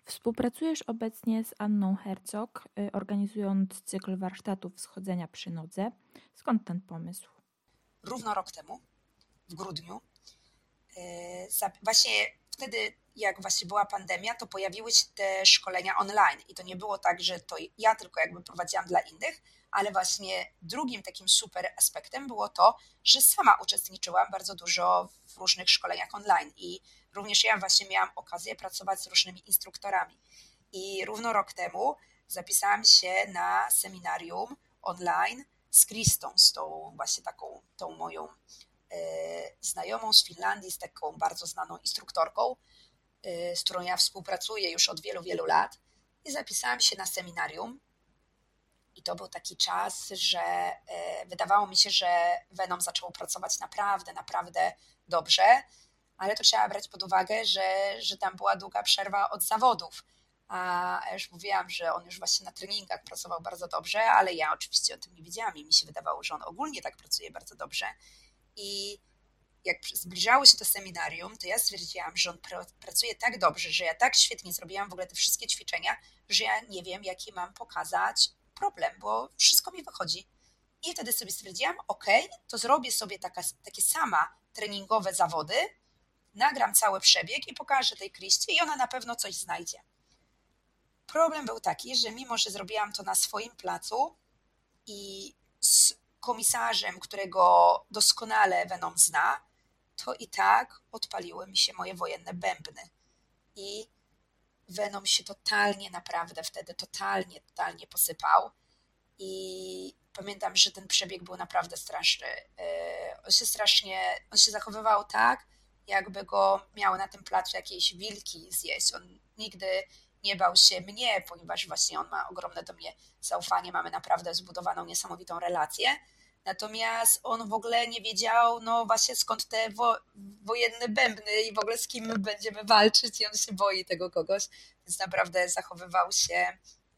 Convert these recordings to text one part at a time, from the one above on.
Współpracujesz obecnie z Anną Herzog, organizując cykl warsztatów schodzenia przy nodze. Skąd ten pomysł? Równo rok temu, w grudniu. Właśnie wtedy, jak właśnie była pandemia, to pojawiły się te szkolenia online i to nie było tak, że to ja tylko jakby prowadziłam dla innych, ale właśnie drugim takim super aspektem było to, że sama uczestniczyłam bardzo dużo w różnych szkoleniach online i również ja właśnie miałam okazję pracować z różnymi instruktorami. I równo rok temu zapisałam się na seminarium online z Kristą, z tą właśnie tą moją znajomą z Finlandii, z taką bardzo znaną instruktorką, z którą ja współpracuję już od wielu, wielu lat i zapisałam się na seminarium i to był taki czas, że wydawało mi się, że Venom zaczął pracować naprawdę, naprawdę dobrze, ale to trzeba brać pod uwagę, że tam była długa przerwa od zawodów. A już mówiłam, że on już właśnie na treningach pracował bardzo dobrze, ale ja oczywiście o tym nie wiedziałam i mi się wydawało, że on ogólnie tak pracuje bardzo dobrze. I jak zbliżało się to seminarium, to ja stwierdziłam, że on pracuje tak dobrze, że ja tak świetnie zrobiłam w ogóle te wszystkie ćwiczenia, że ja nie wiem, jaki mam pokazać problem, bo wszystko mi wychodzi. I wtedy sobie stwierdziłam, to zrobię sobie takie sama treningowe zawody, nagram cały przebieg i pokażę tej Kryście i ona na pewno coś znajdzie. Problem był taki, że mimo, że zrobiłam to na swoim placu i z komisarzem, którego doskonale Venom zna, to i tak odpaliły mi się moje wojenne bębny. I Venom się totalnie, naprawdę wtedy totalnie posypał. I pamiętam, że ten przebieg był naprawdę straszny. On się zachowywał tak, jakby go miały na tym placu jakieś wilki zjeść. On nigdy nie bał się mnie, ponieważ właśnie on ma ogromne do mnie zaufanie, mamy naprawdę zbudowaną niesamowitą relację. Natomiast on w ogóle nie wiedział, no właśnie skąd te wojenne bębny i w ogóle z kim będziemy walczyć i on się boi tego kogoś, więc naprawdę zachowywał się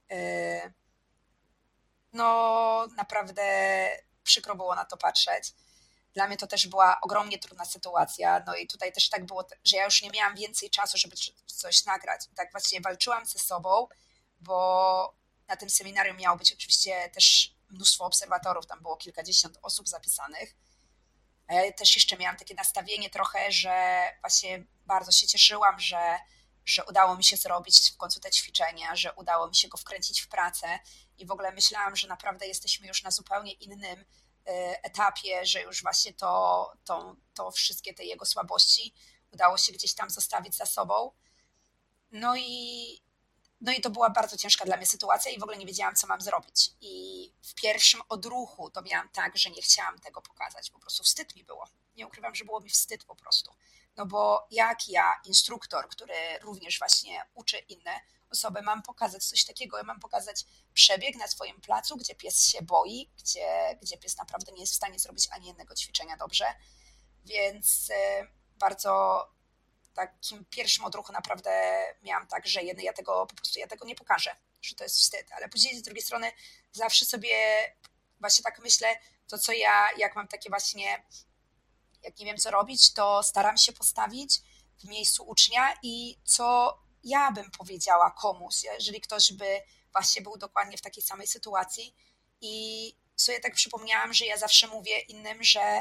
no naprawdę przykro było na to patrzeć. Dla mnie to też była ogromnie trudna sytuacja, no i tutaj też tak było, że ja już nie miałam więcej czasu, żeby coś nagrać. Tak właśnie walczyłam ze sobą, bo na tym seminarium miało być oczywiście też mnóstwo obserwatorów, tam było kilkadziesiąt osób zapisanych. A ja też jeszcze miałam takie nastawienie trochę, że właśnie bardzo się cieszyłam, że udało mi się zrobić w końcu te ćwiczenia, że udało mi się go wkręcić w pracę i w ogóle myślałam, że naprawdę jesteśmy już na zupełnie innym etapie, że już właśnie to wszystkie te jego słabości udało się gdzieś tam zostawić za sobą. No i, no i to była bardzo ciężka dla mnie sytuacja i w ogóle nie wiedziałam, co mam zrobić. I w pierwszym odruchu to miałam tak, że nie chciałam tego pokazać, po prostu wstyd mi było. Nie ukrywam, że było mi wstyd po prostu. No bo jak ja, instruktor, który również właśnie uczy inne osoby, mam pokazać coś takiego, ja mam pokazać przebieg na swoim placu, gdzie pies się boi, gdzie pies naprawdę nie jest w stanie zrobić ani jednego ćwiczenia dobrze. Więc bardzo takim pierwszym odruchu naprawdę miałam tak, że ja tego nie pokażę, że to jest wstyd, ale później z drugiej strony zawsze sobie właśnie tak myślę, to co ja, jak mam takie właśnie, jak nie wiem co robić, to staram się postawić w miejscu ucznia i co ja bym powiedziała komuś, jeżeli ktoś by właśnie był dokładnie w takiej samej sytuacji i sobie tak przypomniałam, że ja zawsze mówię innym,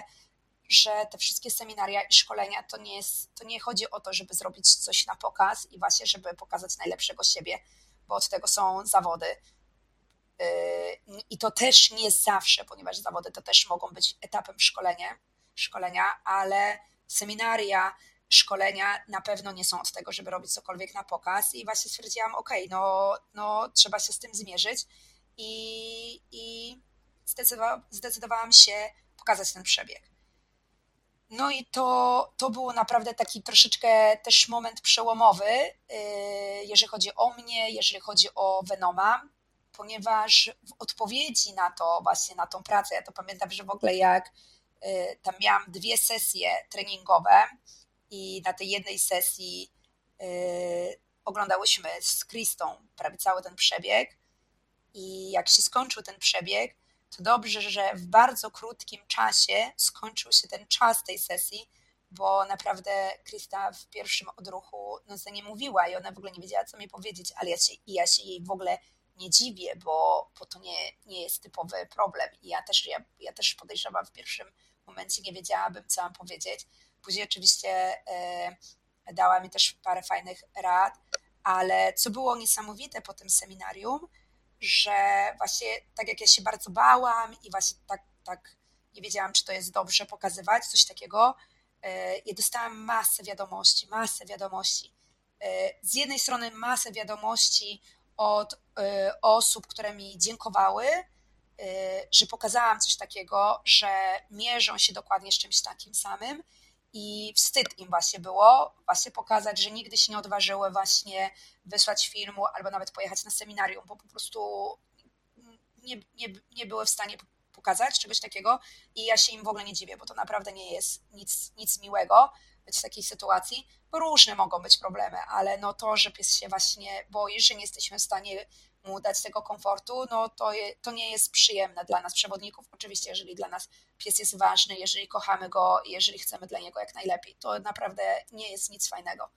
że te wszystkie seminaria i szkolenia to nie chodzi o to, żeby zrobić coś na pokaz i właśnie, żeby pokazać najlepszego siebie, bo od tego są zawody. I to też nie zawsze, ponieważ zawody to też mogą być etapem szkolenia, ale seminaria, szkolenia na pewno nie są od tego, żeby robić cokolwiek na pokaz i właśnie stwierdziłam, no trzeba się z tym zmierzyć i zdecydowałam się pokazać ten przebieg. No i to było naprawdę taki troszeczkę też moment przełomowy, jeżeli chodzi o mnie, jeżeli chodzi o Venoma, ponieważ w odpowiedzi na to, właśnie na tą pracę, ja to pamiętam, że w ogóle jak tam miałam 2 sesje treningowe i na tej jednej sesji oglądałyśmy z Kristą prawie cały ten przebieg i jak się skończył ten przebieg, to dobrze, że w bardzo krótkim czasie skończył się ten czas tej sesji, bo naprawdę Krista w pierwszym odruchu no, nie mówiła i ona w ogóle nie wiedziała, co mi powiedzieć, ale ja się jej w ogóle nie dziwię, bo to nie jest typowy problem. I ja też podejrzewam w pierwszym momencie, nie wiedziałabym, co mam powiedzieć. Później oczywiście dała mi też parę fajnych rad, ale co było niesamowite po tym seminarium, że właśnie tak jak ja się bardzo bałam i właśnie tak nie wiedziałam, czy to jest dobrze pokazywać, coś takiego, ja dostałam masę wiadomości. Z jednej strony masę wiadomości od osób, które mi dziękowały, że pokazałam coś takiego, że mierzą się dokładnie z czymś takim samym i wstyd im właśnie było właśnie pokazać, że nigdy się nie odważyły właśnie wysłać filmu albo nawet pojechać na seminarium, bo po prostu nie były w stanie pokazać czegoś takiego i ja się im w ogóle nie dziwię, bo to naprawdę nie jest nic miłego być w takiej sytuacji, bo różne mogą być problemy, ale no to, że pies się właśnie boi, że nie jesteśmy w stanie mu dać tego komfortu, no to nie jest przyjemne dla nas przewodników. Oczywiście, jeżeli dla nas pies jest ważny, jeżeli kochamy go i jeżeli chcemy dla niego jak najlepiej, to naprawdę nie jest nic fajnego.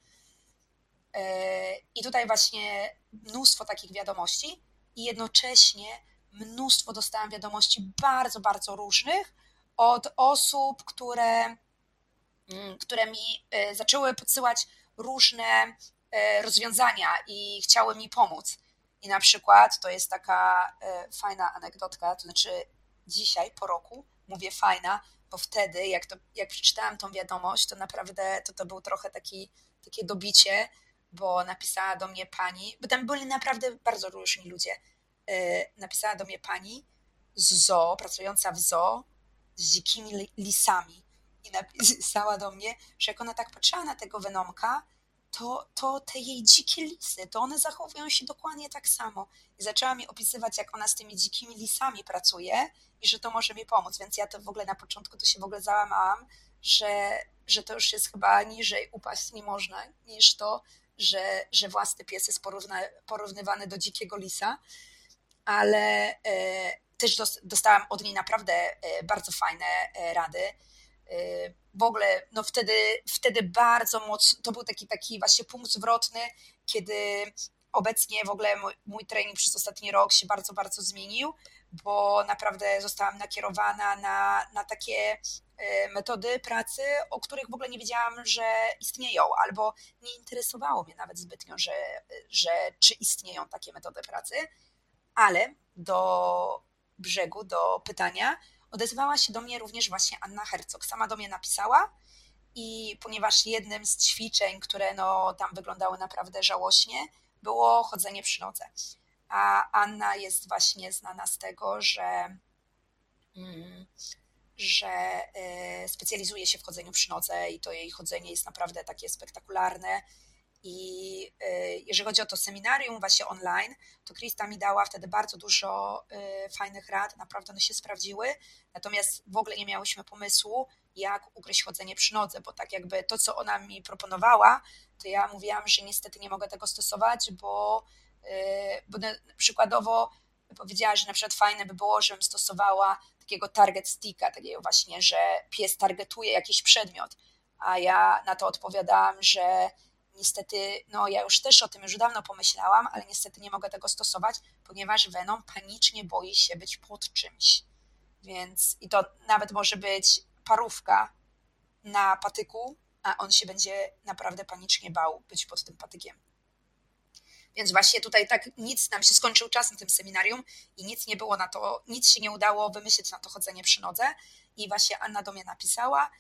I tutaj właśnie mnóstwo takich wiadomości i jednocześnie mnóstwo dostałam wiadomości bardzo, bardzo różnych od osób, które mi zaczęły podsyłać różne rozwiązania i chciały mi pomóc. I na przykład to jest taka fajna anegdotka, to znaczy dzisiaj po roku mówię fajna, bo wtedy jak przeczytałam tą wiadomość, to naprawdę to był trochę takie dobicie, bo napisała do mnie pani, bo tam byli naprawdę bardzo różni ludzie, napisała do mnie pani z zoo, pracująca w zoo z dzikimi lisami i napisała do mnie, że jak ona tak patrzyła na tego Venomka, to te jej dzikie lisy, to one zachowują się dokładnie tak samo. I zaczęła mi opisywać, jak ona z tymi dzikimi lisami pracuje i że to może mi pomóc. Więc ja to w ogóle na początku to się w ogóle załamałam, że to już jest chyba niżej upaść nie można, niż to, że własny pies jest porównywany do dzikiego lisa. Ale też dostałam od niej naprawdę bardzo fajne rady. W ogóle no wtedy bardzo mocno, to był taki właśnie punkt zwrotny, kiedy obecnie w ogóle mój trening przez ostatni rok się bardzo, bardzo zmienił, bo naprawdę zostałam nakierowana na takie metody pracy, o których w ogóle nie wiedziałam, że istnieją, albo nie interesowało mnie nawet zbytnio, że czy istnieją takie metody pracy, ale do brzegu, do pytania odezwała się do mnie również właśnie Anna Herzog. Sama do mnie napisała i ponieważ jednym z ćwiczeń, które no tam wyglądały naprawdę żałośnie, było chodzenie przy nodze. A Anna jest właśnie znana z tego, że specjalizuje się w chodzeniu przy nodze i to jej chodzenie jest naprawdę takie spektakularne. I jeżeli chodzi o to seminarium właśnie online, to Krista mi dała wtedy bardzo dużo fajnych rad, naprawdę one się sprawdziły, natomiast w ogóle nie miałyśmy pomysłu, jak ugryźć chodzenie przy nodze, bo tak jakby to, co ona mi proponowała, to ja mówiłam, że niestety nie mogę tego stosować, bo przykładowo powiedziała, że na przykład fajne by było, żebym stosowała takiego target sticka, takiego właśnie, że pies targetuje jakiś przedmiot, a ja na to odpowiadałam, że niestety, no ja już też o tym już dawno pomyślałam, ale niestety nie mogę tego stosować, ponieważ Venom panicznie boi się być pod czymś. Więc i to nawet może być parówka na patyku, a on się będzie naprawdę panicznie bał być pod tym patykiem. Więc właśnie tutaj tak nic nam się skończył czas na tym seminarium i nic nie było na to, nic się nie udało wymyślić na to chodzenie przy nodze. I właśnie Anna do mnie napisała,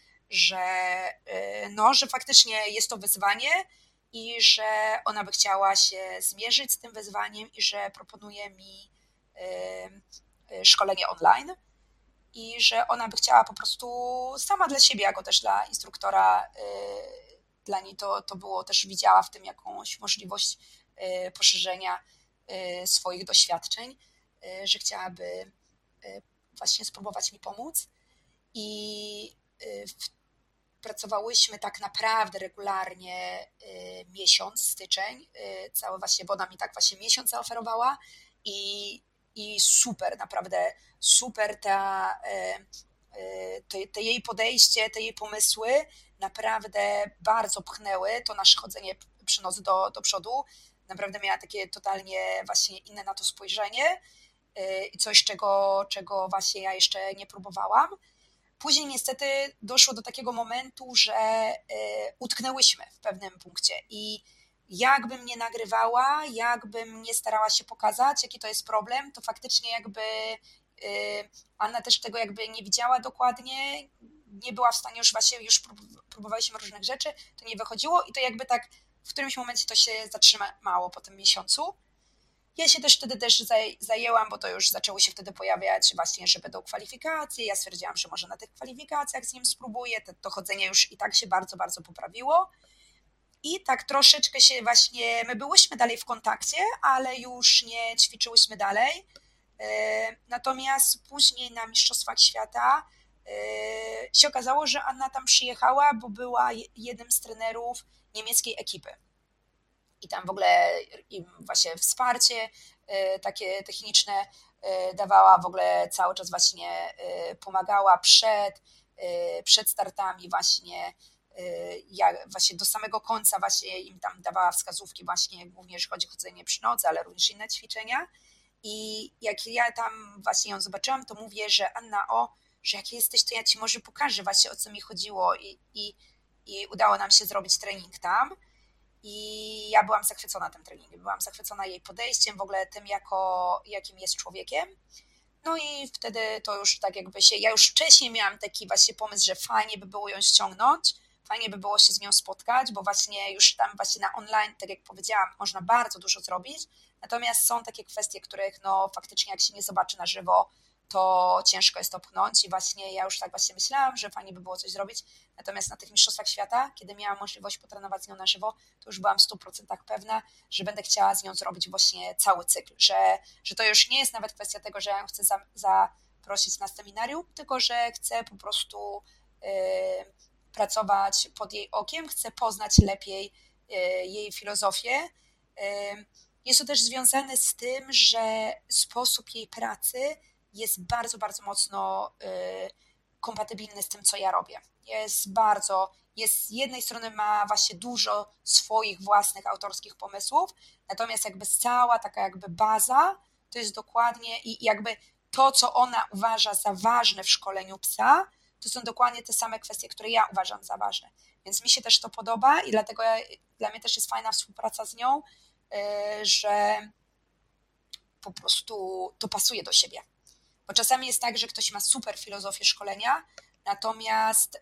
że faktycznie jest to wyzwanie i że ona by chciała się zmierzyć z tym wyzwaniem i że proponuje mi szkolenie online i że ona by chciała po prostu sama dla siebie, jako też dla instruktora, dla niej to było też, widziała w tym jakąś możliwość poszerzenia swoich doświadczeń, że chciałaby właśnie spróbować mi pomóc i pracowałyśmy tak naprawdę regularnie miesiąc, styczeń, cały właśnie, bo ona mi tak właśnie miesiąc zaoferowała i super, naprawdę super te jej podejście, te jej pomysły naprawdę bardzo pchnęły to nasze chodzenie przy nodze do przodu. Naprawdę miała takie totalnie właśnie inne na to spojrzenie i coś, czego właśnie ja jeszcze nie próbowałam. Później niestety doszło do takiego momentu, że utknęłyśmy w pewnym punkcie i jakbym nie nagrywała, jakbym nie starała się pokazać, jaki to jest problem, to faktycznie jakby Anna też tego jakby nie widziała dokładnie, nie była w stanie już próbowałyśmy różnych rzeczy, to nie wychodziło i to jakby tak w którymś momencie to się zatrzymało po tym miesiącu. Ja się też wtedy zajęłam, bo to już zaczęło się wtedy pojawiać właśnie, że będą kwalifikacje. Ja stwierdziłam, że może na tych kwalifikacjach z nim spróbuję. To chodzenie już i tak się bardzo, bardzo poprawiło. I tak troszeczkę się właśnie, my byłyśmy dalej w kontakcie, ale już nie ćwiczyłyśmy dalej. Natomiast później na Mistrzostwach Świata się okazało, że Anna tam przyjechała, bo była jednym z trenerów niemieckiej ekipy. I tam w ogóle im właśnie wsparcie takie techniczne dawała, w ogóle cały czas właśnie pomagała przed startami właśnie, właśnie do samego końca właśnie im tam dawała wskazówki właśnie głównie jeżeli chodzi o chodzenie przy nodze, ale również inne ćwiczenia. I jak ja tam właśnie ją zobaczyłam, to mówię, że Anna, że jak jesteś, to ja ci może pokażę właśnie o co mi chodziło i udało nam się zrobić trening tam. I ja byłam zachwycona tym treningiem, byłam zachwycona jej podejściem, w ogóle tym, jakim jest człowiekiem. No i wtedy to już tak jakby ja już wcześniej miałam taki właśnie pomysł, że fajnie by było ją ściągnąć, fajnie by było się z nią spotkać, bo właśnie już tam właśnie na online, tak jak powiedziałam, można bardzo dużo zrobić, natomiast są takie kwestie, których no faktycznie jak się nie zobaczy na żywo, to ciężko jest to pchnąć i właśnie ja już tak właśnie myślałam, że fajnie by było coś zrobić, natomiast na tych Mistrzostwach Świata, kiedy miałam możliwość potrenować z nią na żywo, to już byłam w 100% pewna, że będę chciała z nią zrobić właśnie cały cykl, że to już nie jest nawet kwestia tego, że ja ją chcę zaprosić na seminarium, tylko że chcę po prostu pracować pod jej okiem, chcę poznać lepiej jej filozofię. Jest to też związane z tym, że sposób jej pracy jest bardzo, bardzo mocno kompatybilny z tym, co ja robię. Z jednej strony ma właśnie dużo swoich własnych autorskich pomysłów, natomiast jakby cała taka jakby baza to jest dokładnie i jakby to, co ona uważa za ważne w szkoleniu psa, to są dokładnie te same kwestie, które ja uważam za ważne. Więc mi się też to podoba i dlatego dla mnie też jest fajna współpraca z nią, że po prostu to pasuje do siebie. Bo czasami jest tak, że ktoś ma super filozofię szkolenia, natomiast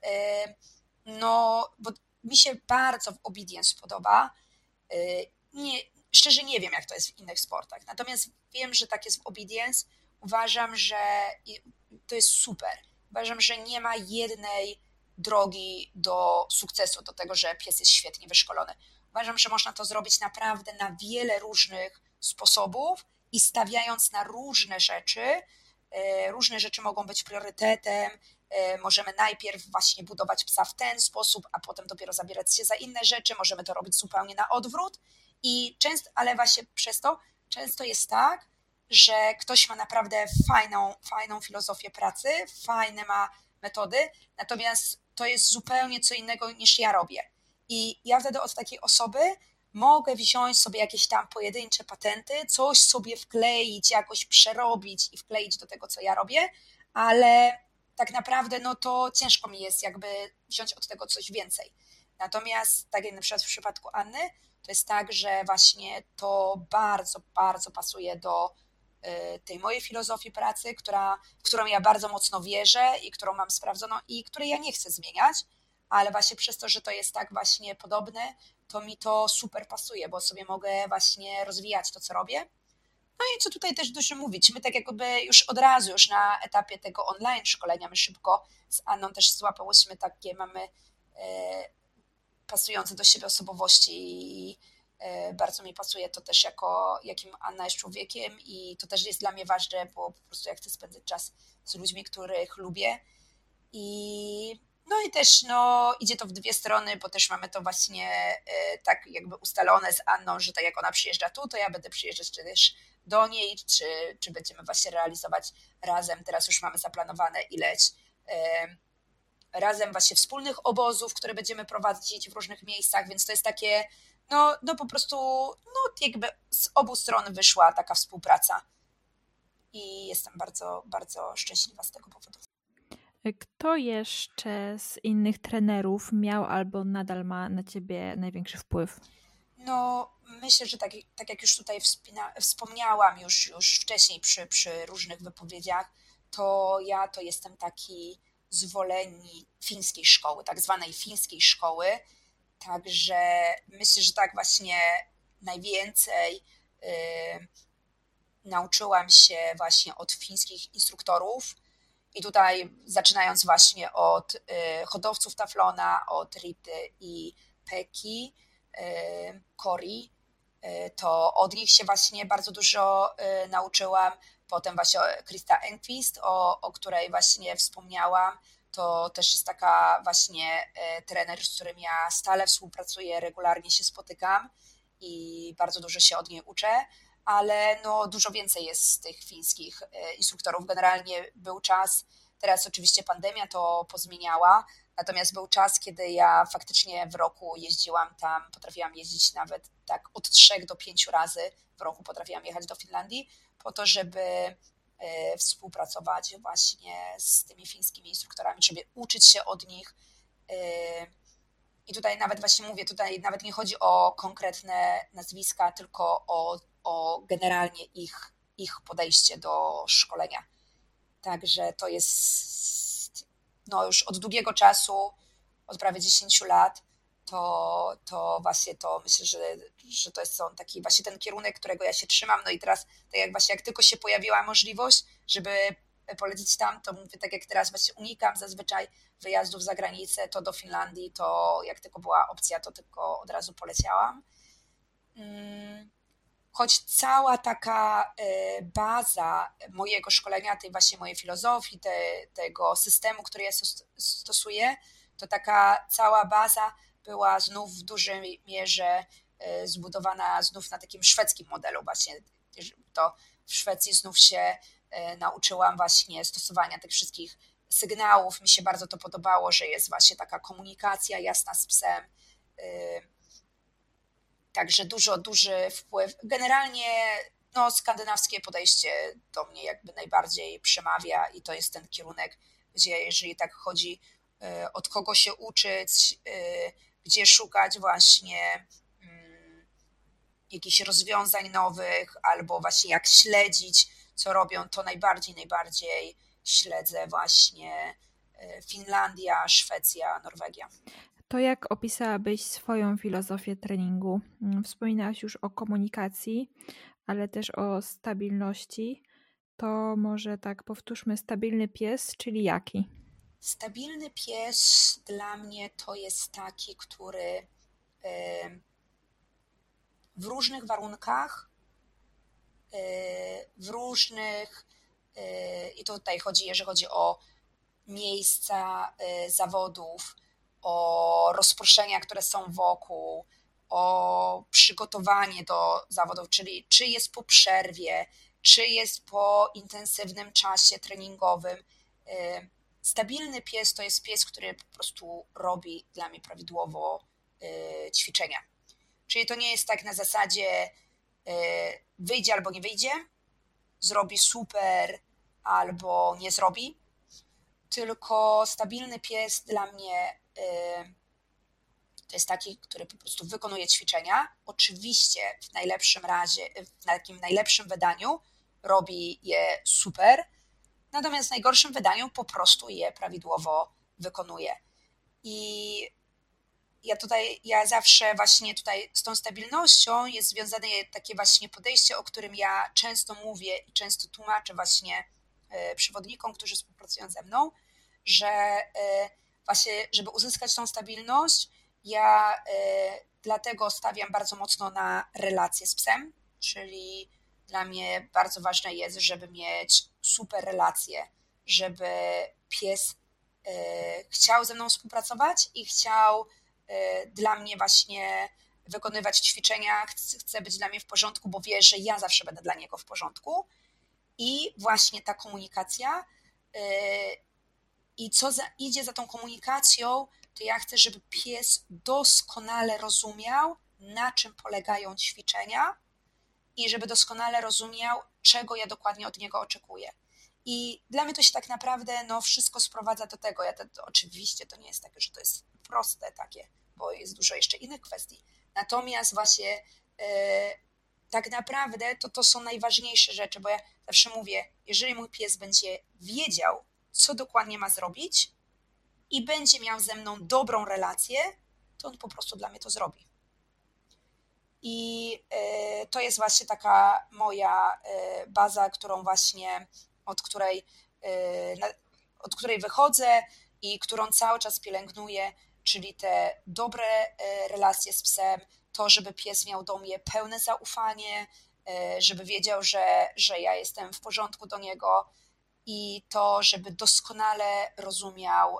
no, bo mi się bardzo w obedience podoba. Szczerze nie wiem, jak to jest w innych sportach, natomiast wiem, że tak jest w obedience. Uważam, że to jest super. Uważam, że nie ma jednej drogi do sukcesu, do tego, że pies jest świetnie wyszkolony. Uważam, że można to zrobić naprawdę na wiele różnych sposobów i stawiając na różne rzeczy mogą być priorytetem, możemy najpierw właśnie budować psa w ten sposób, a potem dopiero zabierać się za inne rzeczy, możemy to robić zupełnie na odwrót ale właśnie przez to często jest tak, że ktoś ma naprawdę fajną filozofię pracy, fajne ma metody, natomiast to jest zupełnie co innego niż ja robię. I ja wtedy od takiej osoby mogę wziąć sobie jakieś tam pojedyncze patenty, coś sobie wkleić, jakoś przerobić i wkleić do tego, co ja robię, ale tak naprawdę no to ciężko mi jest jakby wziąć od tego coś więcej. Natomiast tak jak na przykład w przypadku Anny, to jest tak, że właśnie to bardzo, bardzo pasuje do tej mojej filozofii pracy, w którą ja bardzo mocno wierzę i którą mam sprawdzoną i której ja nie chcę zmieniać, ale właśnie przez to, że to jest tak właśnie podobne, to mi to super pasuje, bo sobie mogę właśnie rozwijać to, co robię. No i co tutaj też dużo mówić, my tak jakby już od razu, już na etapie tego online szkolenia, my szybko z Anną też złapałyśmy takie, mamy pasujące do siebie osobowości i bardzo mi pasuje to też jakim Anna jest człowiekiem i to też jest dla mnie ważne, bo po prostu ja chcę spędzać czas z ludźmi, których lubię no i też idzie to w dwie strony, bo też mamy to właśnie tak jakby ustalone z Anną, że tak jak ona przyjeżdża tu, to ja będę przyjeżdżać też do niej, czy będziemy właśnie realizować razem. Teraz już mamy zaplanowane ileś razem właśnie wspólnych obozów, które będziemy prowadzić w różnych miejscach, więc to jest takie, no po prostu, no jakby z obu stron wyszła taka współpraca i jestem bardzo, bardzo szczęśliwa z tego powodu. Kto jeszcze z innych trenerów miał albo nadal ma na ciebie największy wpływ? No myślę, że tak jak już tutaj wspomniałam już wcześniej przy różnych wypowiedziach, to ja to jestem taki zwolennik fińskiej szkoły, tak zwanej fińskiej szkoły. Także myślę, że tak właśnie najwięcej nauczyłam się właśnie od fińskich instruktorów. I tutaj zaczynając właśnie od hodowców taflona, od Rity i Peki, Kori, to od nich się właśnie bardzo dużo nauczyłam. Potem właśnie Krista Enquist, o której właśnie wspomniałam, to też jest taka właśnie trener, z którym ja stale współpracuję, regularnie się spotykam i bardzo dużo się od niej uczę, ale no dużo więcej jest tych fińskich instruktorów. Generalnie był czas, teraz oczywiście pandemia to pozmieniała, natomiast był czas, kiedy ja faktycznie w roku jeździłam tam, potrafiłam jeździć nawet tak od 3 do 5 razy w roku potrafiłam jechać do Finlandii po to, żeby współpracować właśnie z tymi fińskimi instruktorami, żeby uczyć się od nich. I tutaj nawet właśnie mówię, tutaj nawet nie chodzi o konkretne nazwiska, tylko o generalnie ich podejście do szkolenia. Także to jest no już od długiego czasu, od prawie 10 lat, to właśnie to myślę, że to jest taki właśnie ten kierunek, którego ja się trzymam. No i teraz, tak jak właśnie jak tylko się pojawiła możliwość, żeby polecieć tam, to mówię, tak jak teraz właśnie unikam zazwyczaj wyjazdów za granicę, to do Finlandii, to jak tylko była opcja, to tylko od razu poleciałam. Choć cała taka baza mojego szkolenia, tej właśnie mojej filozofii, tego systemu, który ja stosuję, to taka cała baza była znów w dużej mierze zbudowana znów na takim szwedzkim modelu właśnie. To w Szwecji znów się nauczyłam właśnie stosowania tych wszystkich sygnałów. Mi się bardzo to podobało, że jest właśnie taka komunikacja jasna z psem. Także duży wpływ. Generalnie no, skandynawskie podejście do mnie jakby najbardziej przemawia i to jest ten kierunek, gdzie jeżeli tak chodzi od kogo się uczyć, gdzie szukać właśnie jakichś rozwiązań nowych albo właśnie jak śledzić, co robią, to najbardziej śledzę właśnie Finlandia, Szwecja, Norwegia. To jak opisałabyś swoją filozofię treningu? Wspominałaś już o komunikacji, ale też o stabilności. To może tak powtórzmy, stabilny pies, czyli jaki? Stabilny pies dla mnie to jest taki, który w różnych warunkach, w różnych, i tutaj chodzi, jeżeli chodzi o miejsca zawodów, o rozproszenia, które są wokół, o przygotowanie do zawodów, czyli czy jest po przerwie, czy jest po intensywnym czasie treningowym. Stabilny pies to jest pies, który po prostu robi dla mnie prawidłowo ćwiczenia. Czyli to nie jest tak na zasadzie wyjdzie albo nie wyjdzie, zrobi super albo nie zrobi, tylko stabilny pies dla mnie to jest taki, który po prostu wykonuje ćwiczenia. Oczywiście w najlepszym razie, w takim najlepszym wydaniu robi je super, natomiast w najgorszym wydaniu po prostu je prawidłowo wykonuje. I ja zawsze właśnie tutaj z tą stabilnością jest związane takie właśnie podejście, o którym ja często mówię i często tłumaczę właśnie przewodnikom, którzy współpracują ze mną, że właśnie, żeby uzyskać tą stabilność, ja dlatego stawiam bardzo mocno na relacje z psem, czyli dla mnie bardzo ważne jest, żeby mieć super relacje, żeby pies chciał ze mną współpracować i chciał dla mnie właśnie wykonywać ćwiczenia, chce być dla mnie w porządku, bo wie, że ja zawsze będę dla niego w porządku. I właśnie ta komunikacja I co idzie za tą komunikacją, to ja chcę, żeby pies doskonale rozumiał, na czym polegają ćwiczenia i żeby doskonale rozumiał, czego ja dokładnie od niego oczekuję. I dla mnie to się tak naprawdę wszystko sprowadza do tego. Oczywiście to nie jest takie, że to jest proste takie, bo jest dużo jeszcze innych kwestii. Natomiast właśnie tak naprawdę to są najważniejsze rzeczy, bo ja zawsze mówię, jeżeli mój pies będzie wiedział, co dokładnie ma zrobić i będzie miał ze mną dobrą relację, to on po prostu dla mnie to zrobi. I to jest właśnie taka moja baza, od której wychodzę i którą cały czas pielęgnuję, czyli te dobre relacje z psem, to, żeby pies miał do mnie pełne zaufanie, żeby wiedział, że ja jestem w porządku do niego i to, żeby doskonale rozumiał,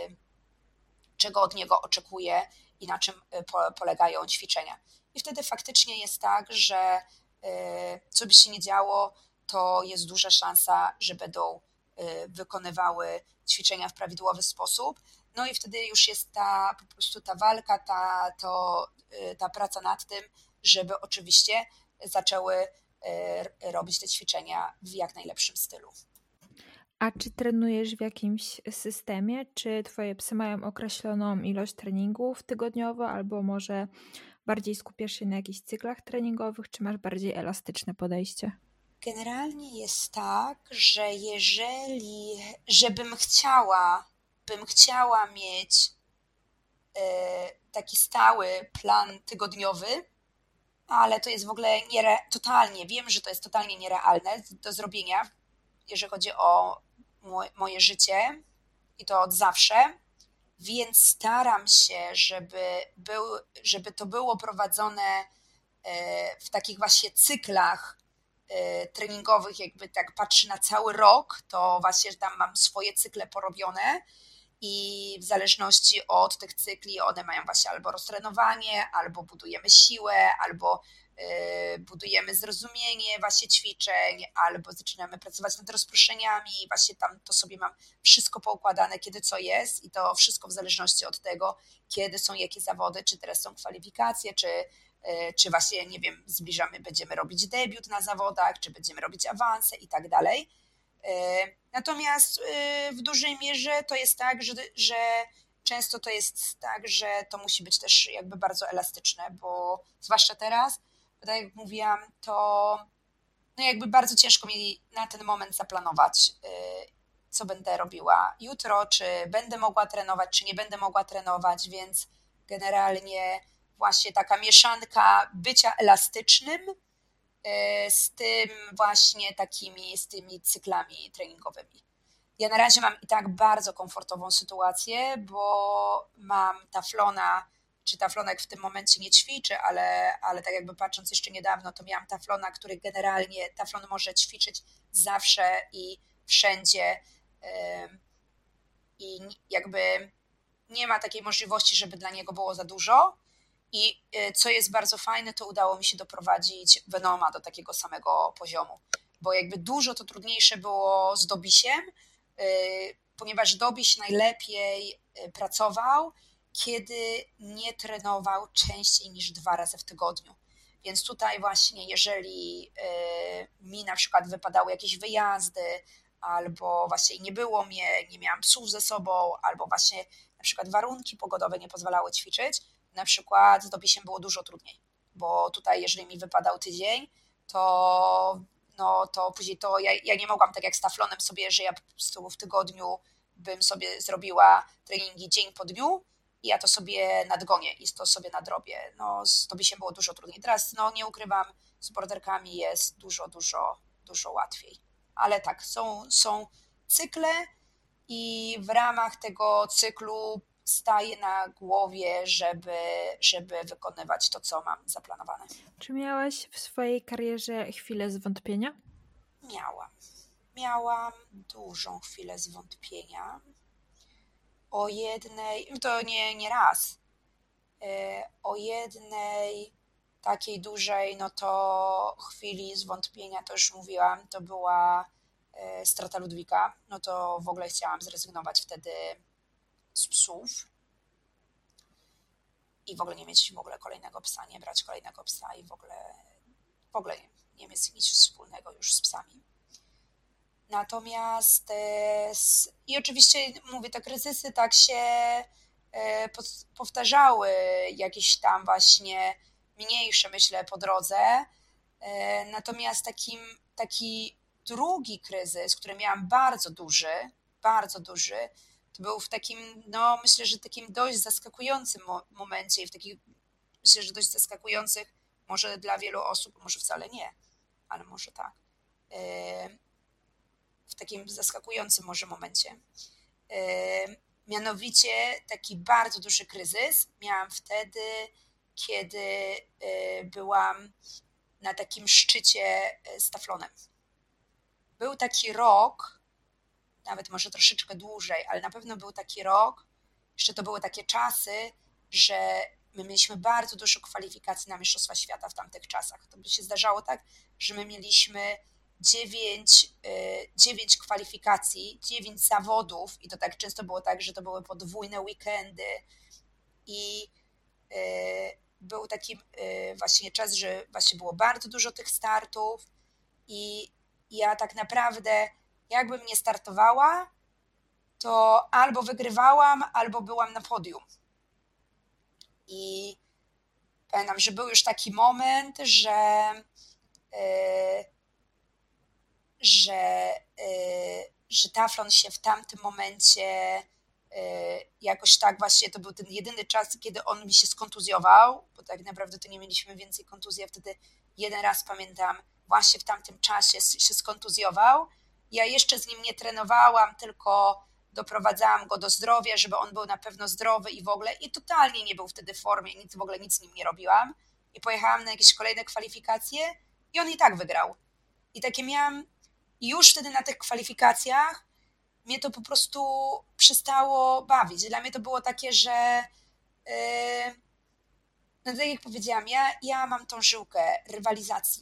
czego od niego oczekuję i na czym polegają ćwiczenia. I wtedy faktycznie jest tak, że co by się nie działo, to jest duża szansa, że będą wykonywały ćwiczenia w prawidłowy sposób. No i wtedy już jest po prostu ta walka, ta praca nad tym, żeby oczywiście zaczęły robić te ćwiczenia w jak najlepszym stylu. A czy trenujesz w jakimś systemie? Czy twoje psy mają określoną ilość treningów tygodniowo, albo może bardziej skupiasz się na jakichś cyklach treningowych, czy masz bardziej elastyczne podejście? Generalnie jest tak, że żebym chciała mieć taki stały plan tygodniowy, ale to jest w ogóle totalnie, wiem, że to jest totalnie nierealne do zrobienia, jeżeli chodzi o moje życie i to od zawsze, więc staram się, żeby to było prowadzone w takich właśnie cyklach treningowych, jakby tak patrzę na cały rok, to właśnie tam mam swoje cykle porobione i w zależności od tych cykli one mają właśnie albo roztrenowanie, albo budujemy siłę, albo budujemy zrozumienie właśnie ćwiczeń, albo zaczynamy pracować nad rozproszeniami i właśnie tam to sobie mam wszystko poukładane, kiedy co jest i to wszystko w zależności od tego, kiedy są jakie zawody, czy teraz są kwalifikacje, czy właśnie, nie wiem, będziemy robić debiut na zawodach, czy będziemy robić awanse i tak dalej. Natomiast w dużej mierze to jest tak, że często to jest tak, że to musi być też jakby bardzo elastyczne, bo zwłaszcza teraz, bo tak jak mówiłam, to jakby bardzo ciężko mi na ten moment zaplanować, co będę robiła jutro, czy będę mogła trenować, czy nie będę mogła trenować, więc generalnie właśnie taka mieszanka bycia elastycznym z tym właśnie z tymi cyklami treningowymi. Ja na razie mam i tak bardzo komfortową sytuację, bo mam Taflona, czy Taflonek w tym momencie nie ćwiczy, ale tak jakby patrząc jeszcze niedawno, to miałam Taflona, który generalnie, Taflon może ćwiczyć zawsze i wszędzie i jakby nie ma takiej możliwości, żeby dla niego było za dużo. I co jest bardzo fajne, to udało mi się doprowadzić Venoma do takiego samego poziomu, bo jakby dużo to trudniejsze było z Dobisiem, ponieważ Dobiś najlepiej pracował, kiedy nie trenował częściej niż 2 razy w tygodniu. Więc tutaj właśnie, jeżeli mi na przykład wypadały jakieś wyjazdy, albo właśnie nie było mnie, nie miałam psów ze sobą, albo właśnie na przykład warunki pogodowe nie pozwalały ćwiczyć, na przykład z Dobisiem było dużo trudniej, bo tutaj jeżeli mi wypadał tydzień, to później ja nie mogłam tak jak z Taflonem sobie, że ja po prostu w tygodniu bym sobie zrobiła treningi dzień po dniu i ja to sobie nadgonię i to sobie nadrobię. Z Dobisiem było dużo trudniej. Teraz nie ukrywam, z borderkami jest dużo, dużo, dużo łatwiej. Ale tak, są cykle i w ramach tego cyklu staję na głowie, żeby wykonywać to, co mam zaplanowane. Czy miałaś w swojej karierze chwilę zwątpienia? Miałam dużą chwilę zwątpienia. O jednej, to nie raz, o jednej takiej dużej, to chwili zwątpienia, to już mówiłam, to była strata Ludwika, no to w ogóle chciałam zrezygnować wtedy z psów i w ogóle nie mieć w ogóle kolejnego psa, nie brać kolejnego psa i w ogóle nie mieć nic wspólnego już z psami. Natomiast i oczywiście mówię, te kryzysy tak się powtarzały, jakieś tam właśnie mniejsze, myślę, po drodze. Natomiast taki drugi kryzys, który miałam bardzo duży, to był w takim, no myślę, że takim dość zaskakującym momencie i w takich, myślę, że dość zaskakujących, może dla wielu osób, może wcale nie, ale może tak, w takim zaskakującym może momencie. Mianowicie taki bardzo duży kryzys miałam wtedy, kiedy byłam na takim szczycie z Taflonem. Był taki rok, nawet może troszeczkę dłużej, ale na pewno był taki rok, jeszcze to były takie czasy, że my mieliśmy bardzo dużo kwalifikacji na Mistrzostwa Świata w tamtych czasach. To by się zdarzało tak, że my mieliśmy 9 kwalifikacji, 9 zawodów i to tak często było tak, że to były podwójne weekendy i był taki właśnie czas, że właśnie było bardzo dużo tych startów i ja tak naprawdę jakbym nie startowała, to albo wygrywałam, albo byłam na podium. I pamiętam, że był już taki moment, że Taflon się w tamtym momencie jakoś tak właśnie, to był ten jedyny czas, kiedy on mi się skontuzjował, bo tak naprawdę to nie mieliśmy więcej kontuzji, ja wtedy jeden raz pamiętam, właśnie w tamtym czasie się skontuzjował. Ja jeszcze z nim nie trenowałam, tylko doprowadzałam go do zdrowia, żeby on był na pewno zdrowy i w ogóle, i totalnie nie był wtedy w formie, w ogóle nic z nim nie robiłam. I pojechałam na jakieś kolejne kwalifikacje i on i tak wygrał. I takie miałam, i już wtedy na tych kwalifikacjach mnie to po prostu przestało bawić. Dla mnie to było takie, że no tak jak powiedziałam, ja mam tą żyłkę rywalizacji.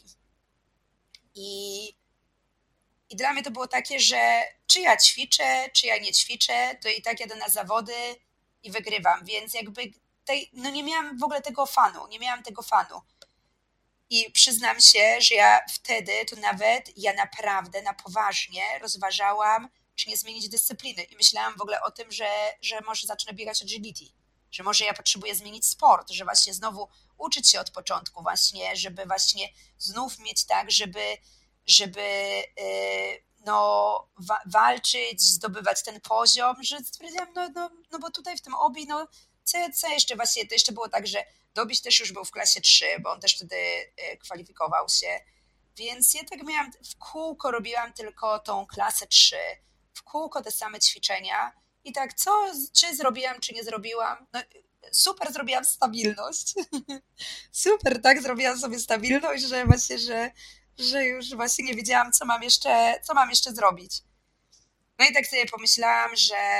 I dla mnie to było takie, że czy ja ćwiczę, czy ja nie ćwiczę, to i tak jadę na zawody i wygrywam, więc jakby no nie miałam w ogóle tego fanu, nie miałam tego fanu. I przyznam się, że ja wtedy to nawet ja naprawdę na poważnie rozważałam, czy nie zmienić dyscypliny. I myślałam w ogóle o tym, że może zacznę biegać agility, że może ja potrzebuję zmienić sport, że właśnie znowu uczyć się od początku właśnie, żeby właśnie znów mieć tak, żeby no, walczyć, zdobywać ten poziom, że stwierdziłam, no bo tutaj w tym obi, no co jeszcze właśnie, to jeszcze było tak, że Dobiś też już był w klasie 3, bo on też wtedy kwalifikował się, więc ja tak miałam, w kółko robiłam tylko tą klasę 3, w kółko te same ćwiczenia i tak czy zrobiłam, czy nie zrobiłam, no super zrobiłam stabilność, super, tak, zrobiłam sobie stabilność, że właśnie, że już właśnie nie wiedziałam, co mam jeszcze zrobić. No i tak sobie pomyślałam, że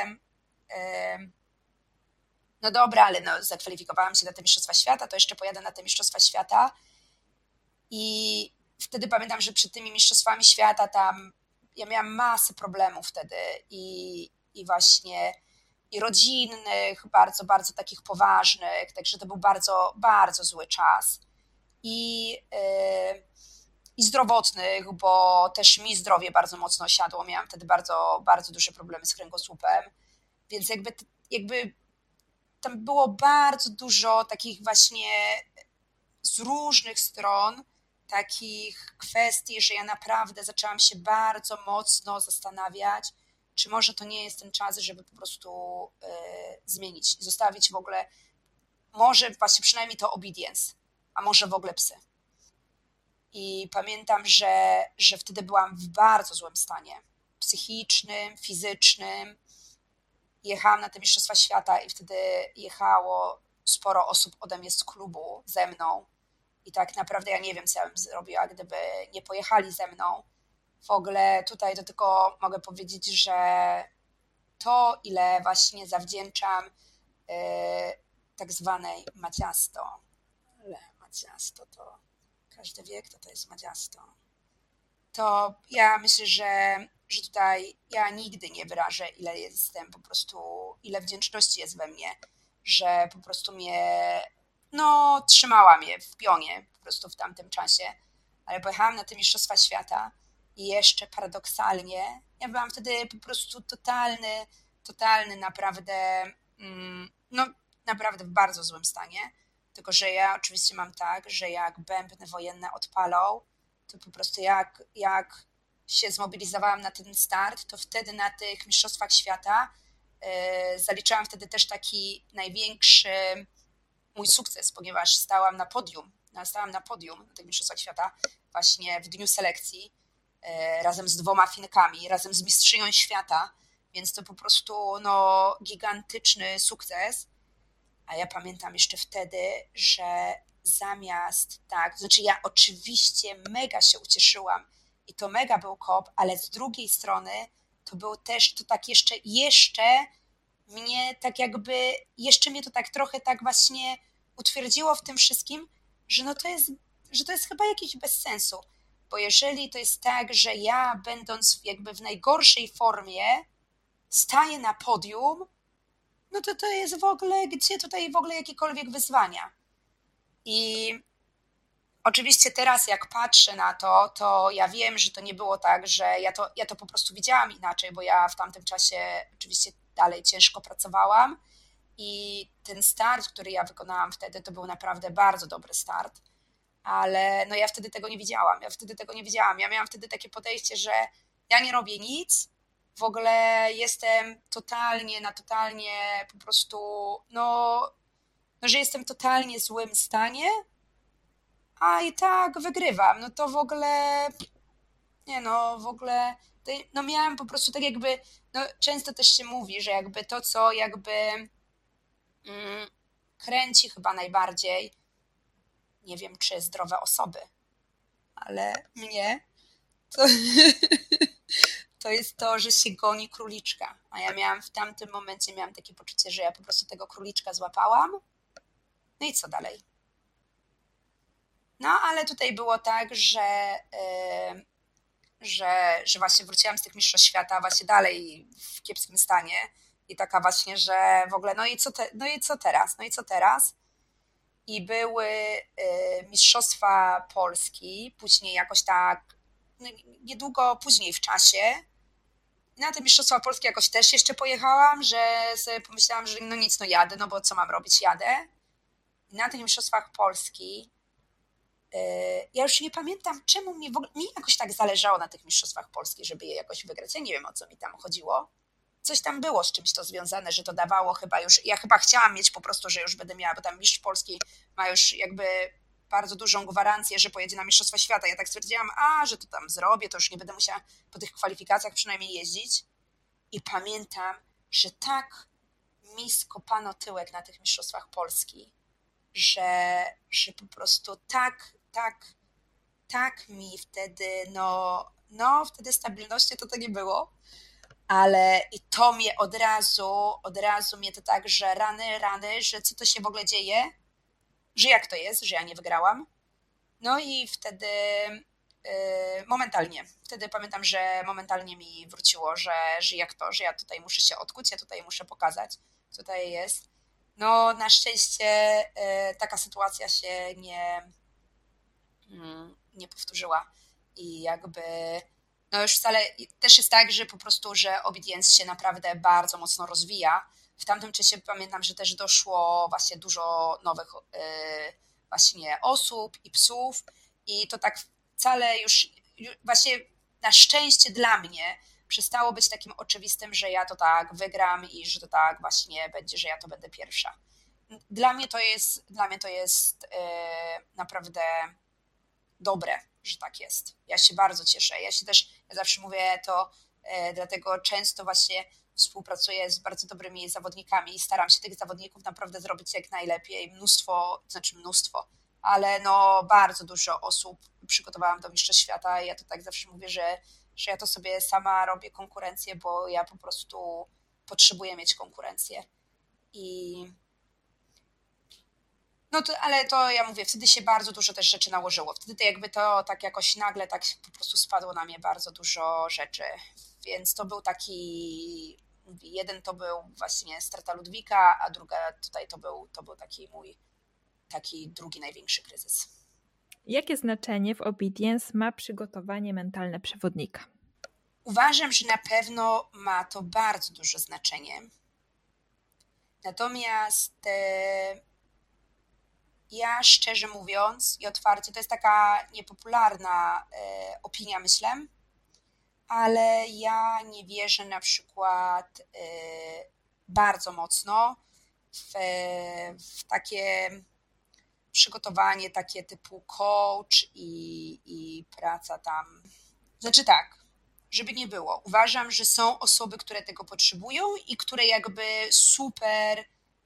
no dobra, ale no zakwalifikowałam się na te Mistrzostwa Świata, to jeszcze pojadę na te Mistrzostwa Świata i wtedy pamiętam, że przed tymi Mistrzostwami Świata tam ja miałam masę problemów wtedy i właśnie i rodzinnych, bardzo, bardzo takich poważnych, także to był bardzo, bardzo zły czas i zdrowotnych, bo też mi zdrowie bardzo mocno siadło, miałam wtedy bardzo, bardzo duże problemy z kręgosłupem, więc jakby tam było bardzo dużo takich właśnie z różnych stron takich kwestii, że ja naprawdę zaczęłam się bardzo mocno zastanawiać, czy może to nie jest ten czas, żeby po prostu zmienić i zostawić w ogóle, może właśnie przynajmniej to obedience, a może w ogóle psy. I pamiętam, że wtedy byłam w bardzo złym stanie psychicznym, fizycznym. Jechałam na te Mistrzostwa Świata i wtedy jechało sporo osób ode mnie z klubu ze mną. I tak naprawdę ja nie wiem, co ja bym zrobiła, gdyby nie pojechali ze mną. W ogóle tutaj to tylko mogę powiedzieć, że to, ile właśnie zawdzięczam tak zwanej Madziasto. Ale Madziasto to każdy wie, kto to jest Madziasto. To ja myślę, że że tutaj ja nigdy nie wyrażę, ile jestem po prostu, ile wdzięczności jest we mnie, że po prostu mnie, no trzymała mnie w pionie po prostu w tamtym czasie, ale pojechałam na te Mistrzostwa Świata i jeszcze paradoksalnie, ja byłam wtedy po prostu totalny naprawdę, no naprawdę w bardzo złym stanie, tylko że ja oczywiście mam tak, że jak bębny wojenne odpalą, to po prostu jak się zmobilizowałam na ten start, to wtedy na tych Mistrzostwach Świata zaliczyłam wtedy też taki największy mój sukces, ponieważ stałam na podium na tych Mistrzostwach Świata właśnie w dniu selekcji razem z 2 Finkami, razem z mistrzynią świata, więc to po prostu no, gigantyczny sukces. A ja pamiętam jeszcze wtedy, że zamiast tak, znaczy ja oczywiście mega się ucieszyłam i to mega był kop, ale z drugiej strony to był też, to tak jeszcze mnie tak jakby, jeszcze mnie to tak trochę tak właśnie utwierdziło w tym wszystkim, że no że to jest chyba jakiś bez sensu, bo jeżeli to jest tak, że ja będąc jakby w najgorszej formie staję na podium, no to jest w ogóle, gdzie tutaj w ogóle jakiekolwiek wyzwania. I oczywiście teraz jak patrzę na to, to ja wiem, że to nie było tak, że ja to po prostu widziałam inaczej, bo ja w tamtym czasie oczywiście dalej ciężko pracowałam i ten start, który ja wykonałam wtedy, to był naprawdę bardzo dobry start, ale no ja wtedy tego nie widziałam. Ja miałam wtedy takie podejście, że ja nie robię nic, w ogóle jestem totalnie po prostu, no że jestem totalnie w złym stanie, a i tak wygrywam. No to w ogóle, nie no, w ogóle, no miałam po prostu tak jakby, no często też się mówi, że jakby to, co jakby kręci chyba najbardziej, nie wiem czy zdrowe osoby, ale mnie to, to jest to, że się goni króliczka. A ja miałam w tamtym momencie, miałam takie poczucie, że ja po prostu tego króliczka złapałam. No i co dalej? No ale tutaj było tak, że właśnie wróciłam z tych mistrzostw świata właśnie dalej w kiepskim stanie i taka właśnie, że w ogóle no i co teraz? I były mistrzostwa Polski, później jakoś tak niedługo później w czasie. Na te mistrzostwa Polski jakoś też jeszcze pojechałam, że sobie pomyślałam, że no nic, no jadę, no bo co mam robić, jadę. I na tych mistrzostwach Polski ja już nie pamiętam, czemu mi jakoś tak zależało na tych mistrzostwach Polski, żeby je jakoś wygrać. Ja nie wiem, o co mi tam chodziło. Coś tam było z czymś to związane, że to dawało chyba już, ja chyba chciałam mieć po prostu, że już będę miała, bo tam mistrz Polski ma już jakby bardzo dużą gwarancję, że pojedzie na Mistrzostwa Świata. Ja tak stwierdziłam, że to tam zrobię, to już nie będę musiała po tych kwalifikacjach przynajmniej jeździć. I pamiętam, że tak mi skopano tyłek na tych Mistrzostwach Polski, że po prostu tak mi wtedy, wtedy stabilności to nie było, ale i to mnie od razu mnie to tak, że rany, że co to się w ogóle dzieje, że jak to jest, że ja nie wygrałam. No i wtedy wtedy pamiętam, że momentalnie mi wróciło, że jak to, że ja tutaj muszę się odkuć, ja tutaj muszę pokazać, co tutaj jest. No na szczęście taka sytuacja się nie powtórzyła i jakby no już wcale też jest tak, że po prostu, że obedience się naprawdę bardzo mocno rozwija. W tamtym czasie pamiętam, że też doszło właśnie dużo nowych właśnie osób i psów i to tak wcale już właśnie na szczęście dla mnie przestało być takim oczywistym, że ja to tak wygram i że to tak właśnie będzie, że ja to będę pierwsza. Dla mnie to jest naprawdę dobre, że tak jest. Ja się bardzo cieszę. Ja zawsze mówię to, dlatego często właśnie współpracuję z bardzo dobrymi zawodnikami i staram się tych zawodników naprawdę zrobić jak najlepiej. Mnóstwo, ale no bardzo dużo osób przygotowałam do Mistrzostw Świata i ja to tak zawsze mówię, że ja to sobie sama robię konkurencję, bo ja po prostu potrzebuję mieć konkurencję. Ale to ja mówię, wtedy się bardzo dużo też rzeczy nałożyło. Wtedy to jakby to tak jakoś nagle tak po prostu spadło na mnie bardzo dużo rzeczy. Więc to był taki, jeden to był właśnie strata Ludwika, a druga tutaj to był taki mój taki drugi największy kryzys. Jakie znaczenie w obedience ma przygotowanie mentalne przewodnika? Uważam, że na pewno ma to bardzo duże znaczenie. Natomiast ja szczerze mówiąc i otwarcie, to jest taka niepopularna opinia, myślę, ale ja nie wierzę na przykład bardzo mocno w takie przygotowanie takie typu coach i praca tam. Znaczy tak, żeby nie było. Uważam, że są osoby, które tego potrzebują i które jakby super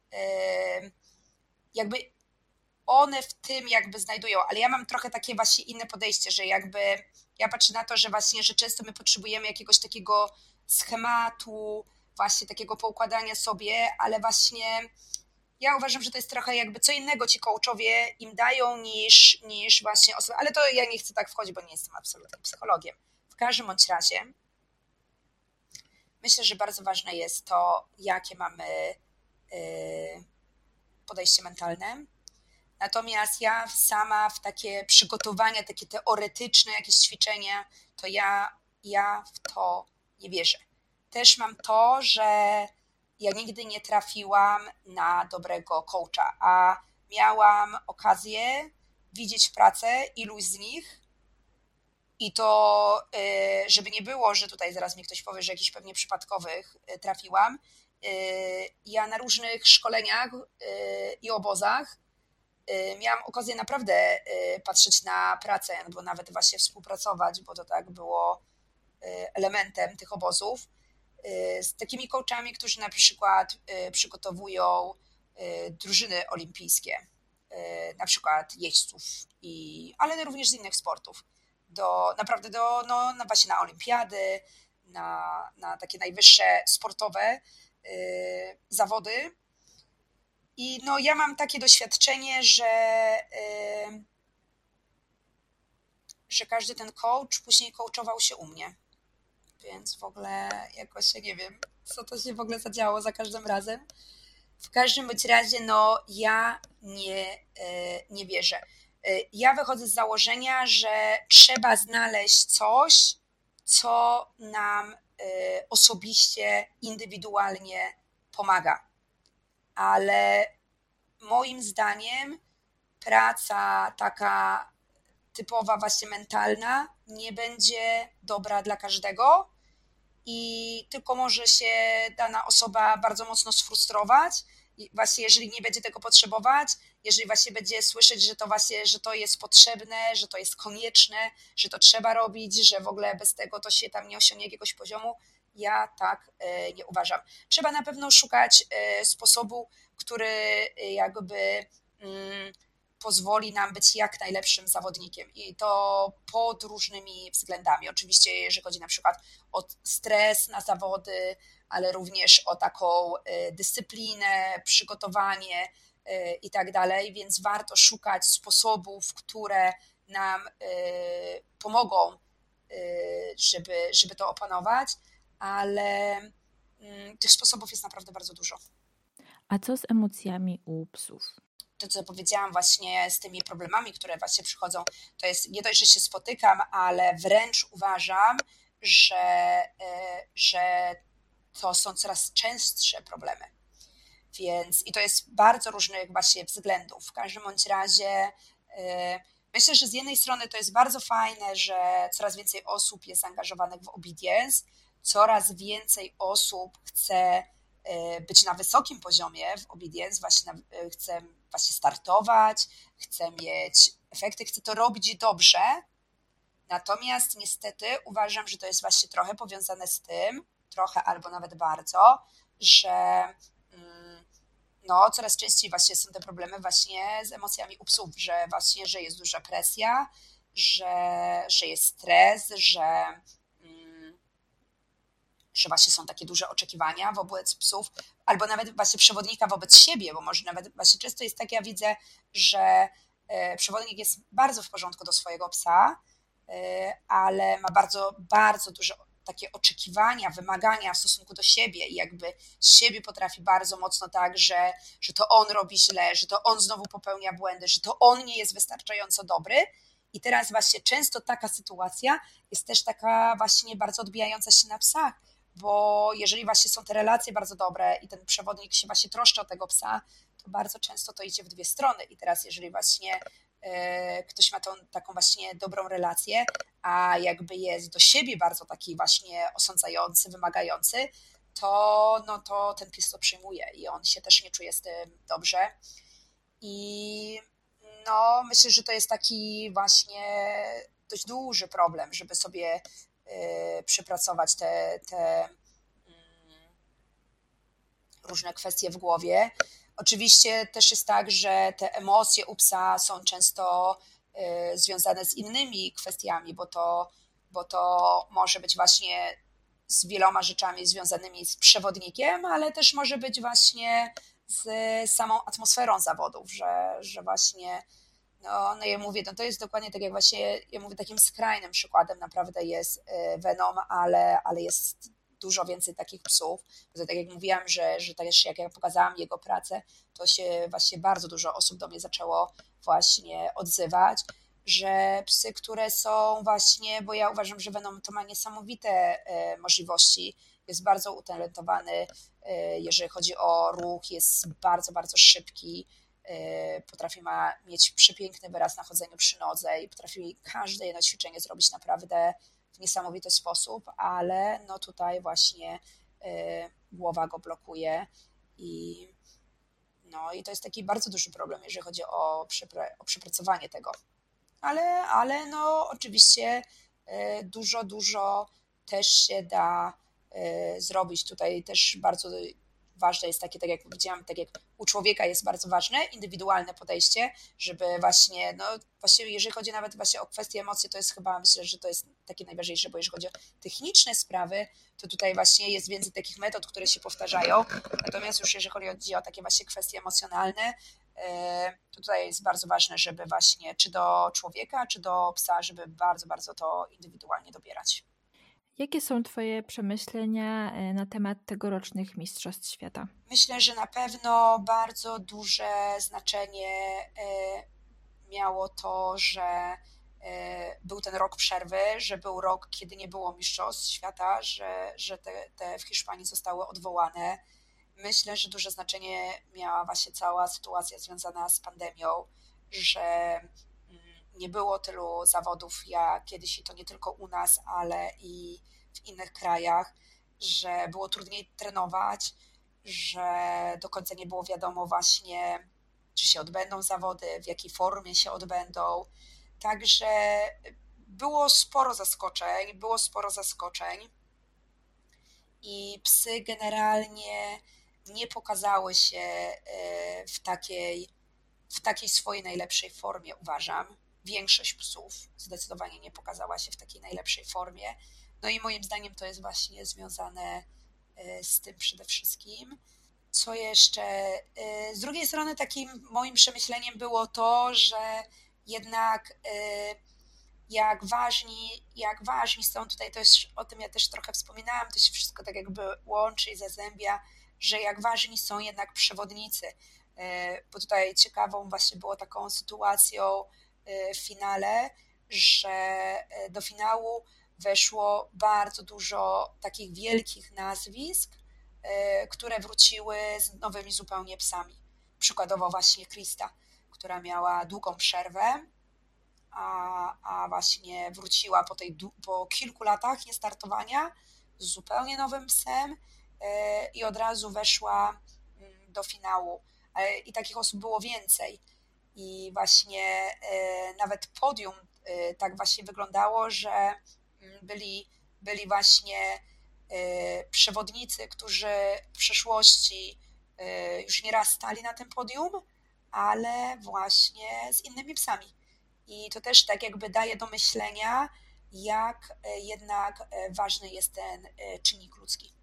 jakby one w tym jakby znajdują, ale ja mam trochę takie właśnie inne podejście, że jakby ja patrzę na to, że właśnie, że często my potrzebujemy jakiegoś takiego schematu, właśnie takiego poukładania sobie, ale właśnie ja uważam, że to jest trochę jakby co innego ci coachowie im dają niż właśnie osoby, ale to ja nie chcę tak wchodzić, bo nie jestem absolutnie psychologiem. W każdym bądź razie myślę, że bardzo ważne jest to, jakie mamy podejście mentalne. Natomiast ja sama w takie przygotowania, takie teoretyczne jakieś ćwiczenia, to ja w to nie wierzę. Też mam to, że ja nigdy nie trafiłam na dobrego coacha, a miałam okazję widzieć pracę iluś z nich i to, żeby nie było, że tutaj zaraz mi ktoś powie, że jakichś pewnie przypadkowych trafiłam, ja na różnych szkoleniach i obozach miałam okazję naprawdę patrzeć na pracę, bo nawet właśnie współpracować, bo to tak było elementem tych obozów, z takimi coachami, którzy na przykład przygotowują drużyny olimpijskie, na przykład jeźdźców, ale również z innych sportów, naprawdę właśnie na olimpiady, na takie najwyższe sportowe zawody. I no ja mam takie doświadczenie, że każdy ten coach później coachował się u mnie. Więc w ogóle jakoś ja nie wiem, co to się w ogóle zadziało za każdym razem. W każdym bądź razie no ja nie wierzę. Ja wychodzę z założenia, że trzeba znaleźć coś, co nam osobiście, indywidualnie pomaga. Ale moim zdaniem praca taka typowa właśnie mentalna nie będzie dobra dla każdego i tylko może się dana osoba bardzo mocno sfrustrować i właśnie jeżeli nie będzie tego potrzebować, jeżeli właśnie będzie słyszeć, że to właśnie, że to jest potrzebne, że to jest konieczne, że to trzeba robić, że w ogóle bez tego to się tam nie osiągnie jakiegoś poziomu, ja tak nie uważam. Trzeba na pewno szukać sposobu, który jakby pozwoli nam być jak najlepszym zawodnikiem i to pod różnymi względami. Oczywiście jeżeli chodzi na przykład o stres na zawody, ale również o taką dyscyplinę, przygotowanie i tak dalej, więc warto szukać sposobów, które nam pomogą, żeby to opanować, ale tych sposobów jest naprawdę bardzo dużo. A co z emocjami u psów? To, co powiedziałam właśnie z tymi problemami, które właśnie przychodzą, to jest nie dość, że się spotykam, ale wręcz uważam, że to są coraz częstsze problemy. Więc i to jest bardzo różnych właśnie względów. W każdym bądź razie myślę, że z jednej strony to jest bardzo fajne, że coraz więcej osób jest zaangażowanych w obedience, coraz więcej osób chce być na wysokim poziomie w obedience, chce właśnie startować, chce mieć efekty, chce to robić dobrze. Natomiast niestety uważam, że to jest właśnie trochę powiązane z tym, trochę albo nawet bardzo, że no, coraz częściej właśnie są te problemy właśnie z emocjami u psów, że właśnie, że jest duża presja, że jest stres, że właśnie są takie duże oczekiwania wobec psów, albo nawet właśnie przewodnika wobec siebie, bo może nawet właśnie często jest tak, ja widzę, że przewodnik jest bardzo w porządku do swojego psa, ale ma bardzo, bardzo duże takie oczekiwania, wymagania w stosunku do siebie i jakby z siebie potrafi bardzo mocno tak, że to on robi źle, że to on znowu popełnia błędy, że to on nie jest wystarczająco dobry. I teraz właśnie często taka sytuacja jest też taka właśnie bardzo odbijająca się na psach, bo jeżeli właśnie są te relacje bardzo dobre i ten przewodnik się właśnie troszczy o tego psa, to bardzo często to idzie w dwie strony. I teraz jeżeli właśnie ktoś ma taką właśnie dobrą relację, a jakby jest do siebie bardzo taki właśnie osądzający, wymagający, to ten pies to przyjmuje i on się też nie czuje z tym dobrze. I no, myślę, że to jest taki właśnie dość duży problem, żeby sobie przepracować te różne kwestie w głowie. Oczywiście też jest tak, że te emocje u psa są często związane z innymi kwestiami, bo to może być właśnie z wieloma rzeczami związanymi z przewodnikiem, ale też może być właśnie z samą atmosferą zawodów, że właśnie no ja mówię, no to jest dokładnie tak jak właśnie, ja mówię, takim skrajnym przykładem naprawdę jest Venom, ale jest dużo więcej takich psów. Tak jak mówiłam, że też jak ja pokazałam jego pracę, to się właśnie bardzo dużo osób do mnie zaczęło właśnie odzywać, że psy, które są właśnie, bo ja uważam, że Venom to ma niesamowite możliwości, jest bardzo utalentowany, jeżeli chodzi o ruch, jest bardzo, bardzo szybki, potrafi mieć przepiękny wyraz na chodzeniu przy nodze i potrafi każde jedno ćwiczenie zrobić naprawdę w niesamowity sposób, ale no tutaj właśnie głowa go blokuje i to jest taki bardzo duży problem, jeżeli chodzi o przepracowanie tego. Ale no oczywiście dużo też się da zrobić. Tutaj też bardzo ważne jest takie, tak jak powiedziałam, tak jak u człowieka jest bardzo ważne, indywidualne podejście, żeby właśnie, no właśnie jeżeli chodzi nawet właśnie o kwestie emocji, to jest chyba, myślę, że to jest takie najważniejsze, bo jeżeli chodzi o techniczne sprawy, to tutaj właśnie jest więcej takich metod, które się powtarzają, natomiast już jeżeli chodzi o takie właśnie kwestie emocjonalne, to tutaj jest bardzo ważne, żeby właśnie czy do człowieka, czy do psa, żeby bardzo, bardzo to indywidualnie dobierać. Jakie są Twoje przemyślenia na temat tegorocznych Mistrzostw Świata? Myślę, że na pewno bardzo duże znaczenie miało to, że był ten rok przerwy, że był rok, kiedy nie było Mistrzostw Świata, że te w Hiszpanii zostały odwołane. Myślę, że duże znaczenie miała właśnie cała sytuacja związana z pandemią, że nie było tylu zawodów jak kiedyś i to nie tylko u nas, ale i w innych krajach, że było trudniej trenować, że do końca nie było wiadomo właśnie, czy się odbędą zawody, w jakiej formie się odbędą. Także było sporo zaskoczeń i psy generalnie nie pokazały się w takiej swojej najlepszej formie, uważam. Większość psów zdecydowanie nie pokazała się w takiej najlepszej formie. No i moim zdaniem to jest właśnie związane z tym przede wszystkim. Co jeszcze? Z drugiej strony takim moim przemyśleniem było to, że jednak jak ważni są tutaj, to jest, o tym ja też trochę wspominałam, to się wszystko tak jakby łączy i zazębia, że jak ważni są jednak przewodnicy, bo tutaj ciekawą właśnie było taką sytuacją w finale, że do finału weszło bardzo dużo takich wielkich nazwisk, które wróciły z nowymi zupełnie psami. Przykładowo właśnie Krista, która miała długą przerwę, a właśnie wróciła po kilku latach niestartowania z zupełnie nowym psem i od razu weszła do finału. I takich osób było więcej. I właśnie nawet podium tak właśnie wyglądało, że byli właśnie przewodnicy, którzy w przeszłości już nieraz stali na tym podium, ale właśnie z innymi psami. I to też tak jakby daje do myślenia, jak jednak ważny jest ten czynnik ludzki.